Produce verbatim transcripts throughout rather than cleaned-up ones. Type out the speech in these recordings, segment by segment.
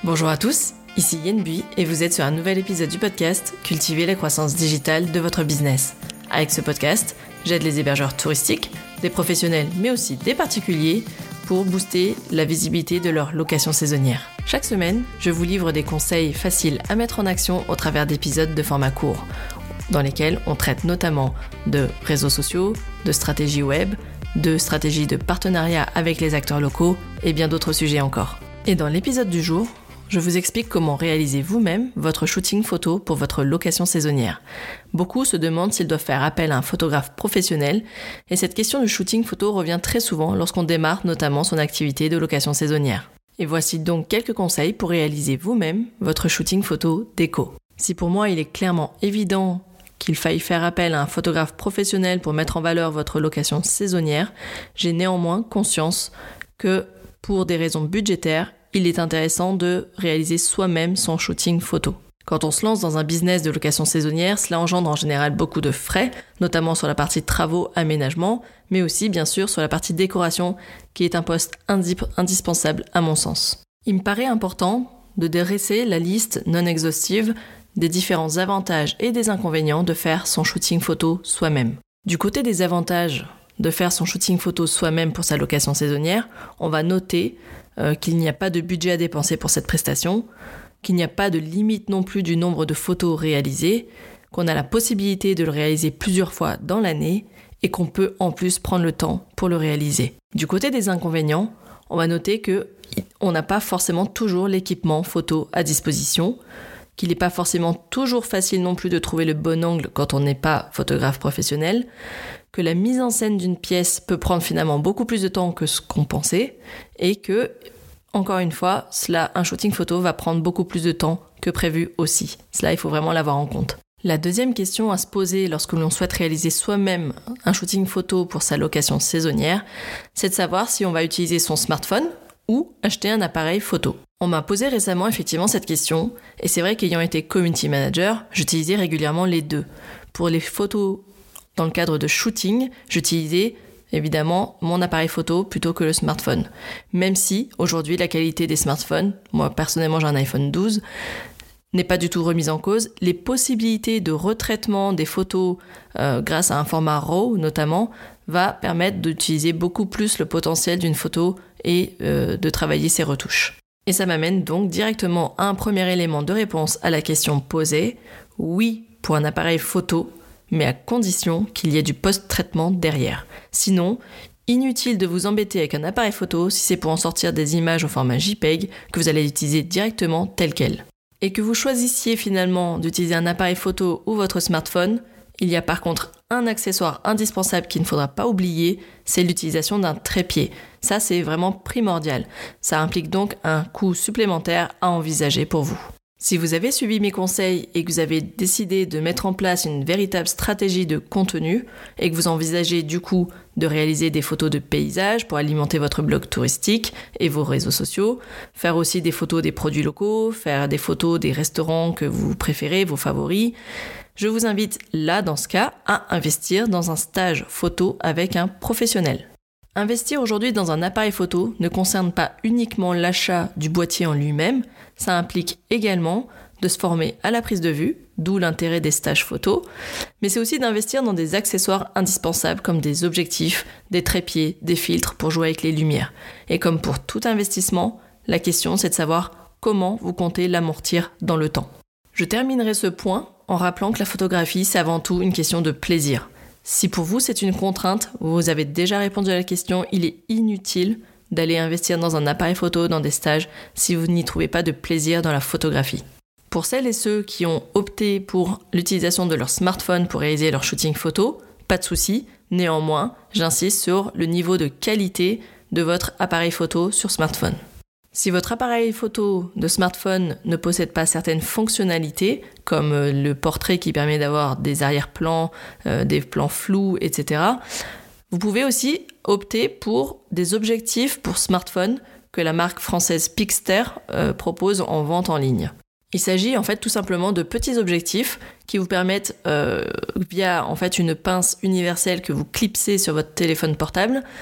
Bonjour à tous, ici Yen Bui et vous êtes sur un nouvel épisode du podcast Cultiver la croissance digitale de votre business. Avec ce podcast, j'aide les hébergeurs touristiques, des professionnels mais aussi des particuliers pour booster la visibilité de leur location saisonnière. Chaque semaine, je vous livre des conseils faciles à mettre en action au travers d'épisodes de format court, dans lesquels on traite notamment de réseaux sociaux, de stratégie web, de stratégie de partenariat avec les acteurs locaux et bien d'autres sujets encore. Et dans l'épisode du jour, je vous explique comment réaliser vous-même votre shooting photo pour votre location saisonnière. Beaucoup se demandent s'ils doivent faire appel à un photographe professionnel et cette question du shooting photo revient très souvent lorsqu'on démarre notamment son activité de location saisonnière. Et voici donc quelques conseils pour réaliser vous-même votre shooting photo déco. Si pour moi il est clairement évident qu'il faille faire appel à un photographe professionnel pour mettre en valeur votre location saisonnière, j'ai néanmoins conscience que pour des raisons budgétaires, il est intéressant de réaliser soi-même son shooting photo. Quand on se lance dans un business de location saisonnière, cela engendre en général beaucoup de frais, notamment sur la partie travaux, aménagement, mais aussi bien sûr sur la partie décoration, qui est un poste indip- indispensable à mon sens. Il me paraît important de dresser la liste non exhaustive des différents avantages et des inconvénients de faire son shooting photo soi-même. Du côté des avantages de faire son shooting photo soi-même pour sa location saisonnière, on va noter euh, qu'il n'y a pas de budget à dépenser pour cette prestation, qu'il n'y a pas de limite non plus du nombre de photos réalisées, qu'on a la possibilité de le réaliser plusieurs fois dans l'année et qu'on peut en plus prendre le temps pour le réaliser. Du côté des inconvénients, on va noter qu'on n'a pas forcément toujours l'équipement photo à disposition, qu'il n'est pas forcément toujours facile non plus de trouver le bon angle quand on n'est pas photographe professionnel, que la mise en scène d'une pièce peut prendre finalement beaucoup plus de temps que ce qu'on pensait, et que, encore une fois, cela, un shooting photo va prendre beaucoup plus de temps que prévu aussi. Cela, il faut vraiment l'avoir en compte. La deuxième question à se poser lorsque l'on souhaite réaliser soi-même un shooting photo pour sa location saisonnière, c'est de savoir si on va utiliser son smartphone ou acheter un appareil photo. On m'a posé récemment effectivement cette question, et c'est vrai qu'ayant été community manager, j'utilisais régulièrement les deux. Pour les photos dans le cadre de shooting, j'utilisais évidemment mon appareil photo plutôt que le smartphone. Même si aujourd'hui la qualité des smartphones, moi personnellement j'ai un iPhone douze, n'est pas du tout remise en cause, les possibilités de retraitement des photos euh, grâce à un format RAW notamment va permettre d'utiliser beaucoup plus le potentiel d'une photo et euh, de travailler ses retouches. Et ça m'amène donc directement à un premier élément de réponse à la question posée. Oui, pour un appareil photo, mais à condition qu'il y ait du post-traitement derrière. Sinon, inutile de vous embêter avec un appareil photo si c'est pour en sortir des images au format JPEG que vous allez utiliser directement tel quel. Et que vous choisissiez finalement d'utiliser un appareil photo ou votre smartphone, il y a par contre un accessoire indispensable qu'il ne faudra pas oublier, c'est l'utilisation d'un trépied. Ça, c'est vraiment primordial. Ça implique donc un coût supplémentaire à envisager pour vous. Si vous avez suivi mes conseils et que vous avez décidé de mettre en place une véritable stratégie de contenu et que vous envisagez du coup de réaliser des photos de paysages pour alimenter votre blog touristique et vos réseaux sociaux, faire aussi des photos des produits locaux, faire des photos des restaurants que vous préférez, vos favoris, je vous invite là, dans ce cas, à investir dans un stage photo avec un professionnel. Investir aujourd'hui dans un appareil photo ne concerne pas uniquement l'achat du boîtier en lui-même, ça implique également de se former à la prise de vue, d'où l'intérêt des stages photo, mais c'est aussi d'investir dans des accessoires indispensables comme des objectifs, des trépieds, des filtres pour jouer avec les lumières. Et comme pour tout investissement, la question c'est de savoir comment vous comptez l'amortir dans le temps. Je terminerai ce point en rappelant que la photographie c'est avant tout une question de plaisir. Si pour vous c'est une contrainte, vous avez déjà répondu à la question, il est inutile d'aller investir dans un appareil photo, dans des stages, si vous n'y trouvez pas de plaisir dans la photographie. Pour celles et ceux qui ont opté pour l'utilisation de leur smartphone pour réaliser leur shooting photo, pas de souci. Néanmoins, j'insiste sur le niveau de qualité de votre appareil photo sur smartphone. Si votre appareil photo de smartphone ne possède pas certaines fonctionnalités, comme le portrait qui permet d'avoir des arrière-plans, euh, des plans flous, et cetera, vous pouvez aussi opter pour des objectifs pour smartphone que la marque française Pixter euh, propose en vente en ligne. Il s'agit en fait tout simplement de petits objectifs qui vous permettent, euh, via en fait une pince universelle que vous clipsez sur votre téléphone portable,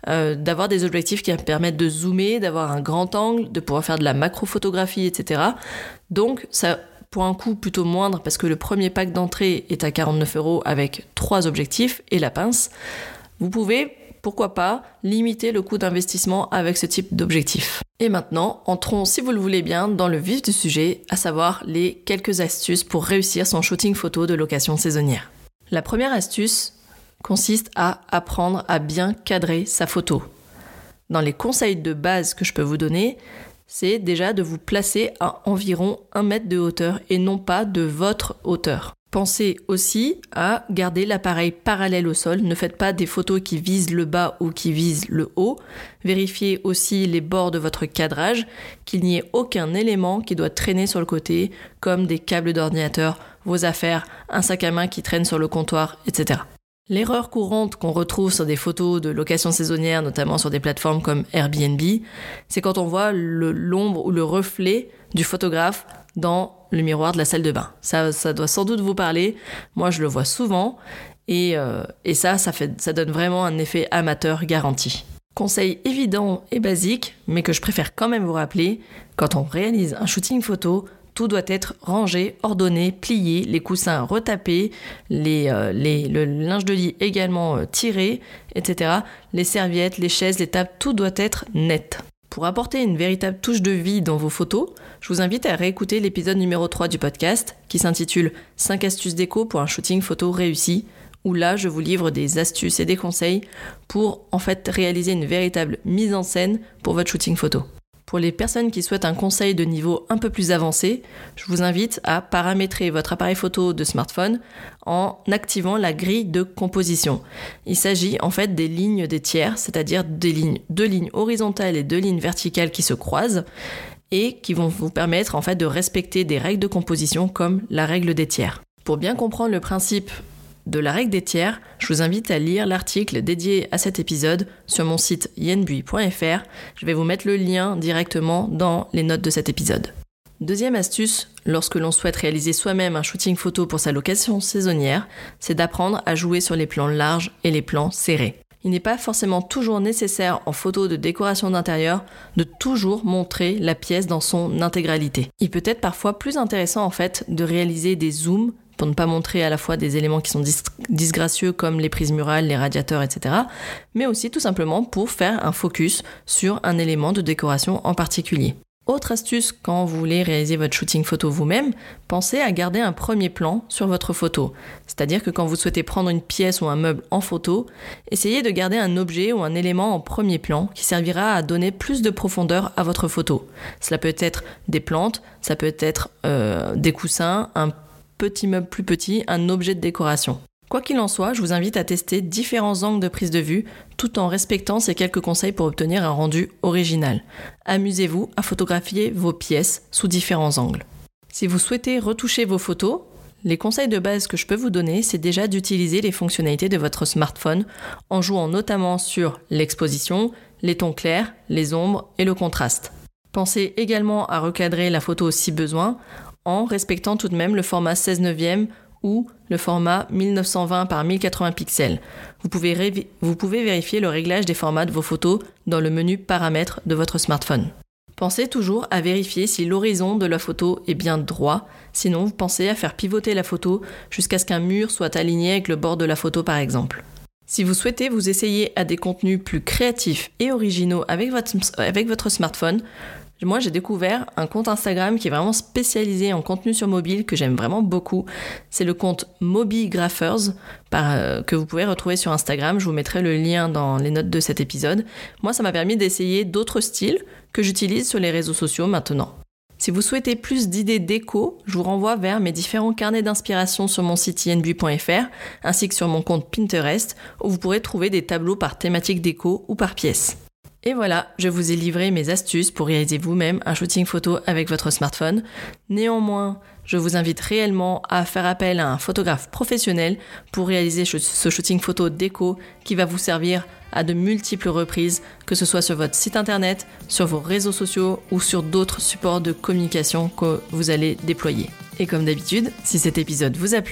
euh, d'avoir des objectifs qui permettent de zoomer, d'avoir un grand angle, de pouvoir faire de la macrophotographie, et cetera. Donc ça, pour un coût plutôt moindre, parce que le premier pack d'entrée est à quarante-neuf euros avec trois objectifs et la pince, vous pouvez, pourquoi pas, limiter le coût d'investissement avec ce type d'objectif. Et maintenant, entrons, si vous le voulez bien, dans le vif du sujet, à savoir les quelques astuces pour réussir son shooting photo de location saisonnière. La première astuce consiste à apprendre à bien cadrer sa photo. Dans les conseils de base que je peux vous donner, c'est déjà de vous placer à environ un mètre de hauteur et non pas de votre hauteur. Pensez aussi à garder l'appareil parallèle au sol. Ne faites pas des photos qui visent le bas ou qui visent le haut. Vérifiez aussi les bords de votre cadrage, qu'il n'y ait aucun élément qui doit traîner sur le côté, comme des câbles d'ordinateur, vos affaires, un sac à main qui traîne sur le comptoir, et cetera. L'erreur courante qu'on retrouve sur des photos de location saisonnière, notamment sur des plateformes comme Airbnb, c'est quand on voit le, l'ombre ou le reflet du photographe dans le miroir de la salle de bain. Ça, ça doit sans doute vous parler. Moi, je le vois souvent. Et, euh, et ça, ça, fait, ça donne vraiment un effet amateur garanti. Conseil évident et basique, mais que je préfère quand même vous rappeler, quand on réalise un shooting photo, tout doit être rangé, ordonné, plié, les coussins retapés, les, euh, les, le linge de lit également euh, tiré, et cetera. Les serviettes, les chaises, les tables, tout doit être net. Pour apporter une véritable touche de vie dans vos photos, je vous invite à réécouter l'épisode numéro trois du podcast qui s'intitule cinq astuces déco pour un shooting photo réussi, où là je vous livre des astuces et des conseils pour en fait réaliser une véritable mise en scène pour votre shooting photo. Pour les personnes qui souhaitent un conseil de niveau un peu plus avancé, je vous invite à paramétrer votre appareil photo de smartphone en activant la grille de composition. Il s'agit en fait des lignes des tiers, c'est-à-dire des lignes, deux lignes horizontales et deux lignes verticales qui se croisent et qui vont vous permettre en fait de respecter des règles de composition comme la règle des tiers. Pour bien comprendre le principe de la règle des tiers, je vous invite à lire l'article dédié à cet épisode sur mon site yenbui point f r. Je vais vous mettre le lien directement dans les notes de cet épisode. Deuxième astuce, lorsque l'on souhaite réaliser soi-même un shooting photo pour sa location saisonnière, c'est d'apprendre à jouer sur les plans larges et les plans serrés. Il n'est pas forcément toujours nécessaire en photo de décoration d'intérieur de toujours montrer la pièce dans son intégralité. Il peut être parfois plus intéressant en fait de réaliser des zooms pour ne pas montrer à la fois des éléments qui sont dis- disgracieux comme les prises murales, les radiateurs, et cetera, mais aussi tout simplement pour faire un focus sur un élément de décoration en particulier. Autre astuce, quand vous voulez réaliser votre shooting photo vous-même, pensez à garder un premier plan sur votre photo. C'est-à-dire que quand vous souhaitez prendre une pièce ou un meuble en photo, essayez de garder un objet ou un élément en premier plan qui servira à donner plus de profondeur à votre photo. Cela peut être des plantes, ça peut être euh, des coussins, un petit meuble plus petit, un objet de décoration. Quoi qu'il en soit, je vous invite à tester différents angles de prise de vue tout en respectant ces quelques conseils pour obtenir un rendu original. Amusez-vous à photographier vos pièces sous différents angles. Si vous souhaitez retoucher vos photos, les conseils de base que je peux vous donner, c'est déjà d'utiliser les fonctionnalités de votre smartphone en jouant notamment sur l'exposition, les tons clairs, les ombres et le contraste. Pensez également à recadrer la photo si besoin, en respectant tout de même le format seize neuvième ou le format mille neuf cent vingt par mille quatre-vingts pixels. Vous pouvez, ré- vous pouvez vérifier le réglage des formats de vos photos dans le menu paramètres de votre smartphone. Pensez toujours à vérifier si l'horizon de la photo est bien droit, sinon vous pensez à faire pivoter la photo jusqu'à ce qu'un mur soit aligné avec le bord de la photo par exemple. Si vous souhaitez vous essayer à des contenus plus créatifs et originaux avec votre, avec votre smartphone, moi, j'ai découvert un compte Instagram qui est vraiment spécialisé en contenu sur mobile que j'aime vraiment beaucoup. C'est le compte Mobigraphers par, euh, que vous pouvez retrouver sur Instagram. Je vous mettrai le lien dans les notes de cet épisode. Moi, ça m'a permis d'essayer d'autres styles que j'utilise sur les réseaux sociaux maintenant. Si vous souhaitez plus d'idées déco, je vous renvoie vers mes différents carnets d'inspiration sur mon site yenbui point f r ainsi que sur mon compte Pinterest où vous pourrez trouver des tableaux par thématique déco ou par pièce. Et voilà, je vous ai livré mes astuces pour réaliser vous-même un shooting photo avec votre smartphone. Néanmoins, je vous invite réellement à faire appel à un photographe professionnel pour réaliser ce shooting photo déco qui va vous servir à de multiples reprises, que ce soit sur votre site internet, sur vos réseaux sociaux ou sur d'autres supports de communication que vous allez déployer. Et comme d'habitude, si cet épisode vous a plu,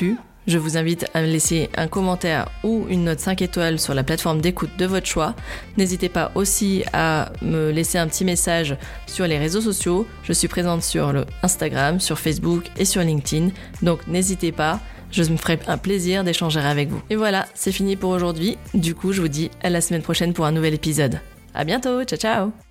Je vous invite à me laisser un commentaire ou une note cinq étoiles sur la plateforme d'écoute de votre choix. N'hésitez pas aussi à me laisser un petit message sur les réseaux sociaux. Je suis présente sur le Instagram, sur Facebook et sur LinkedIn. Donc n'hésitez pas, je me ferai un plaisir d'échanger avec vous. Et voilà, c'est fini pour aujourd'hui. Du coup, je vous dis à la semaine prochaine pour un nouvel épisode. À bientôt, ciao ciao!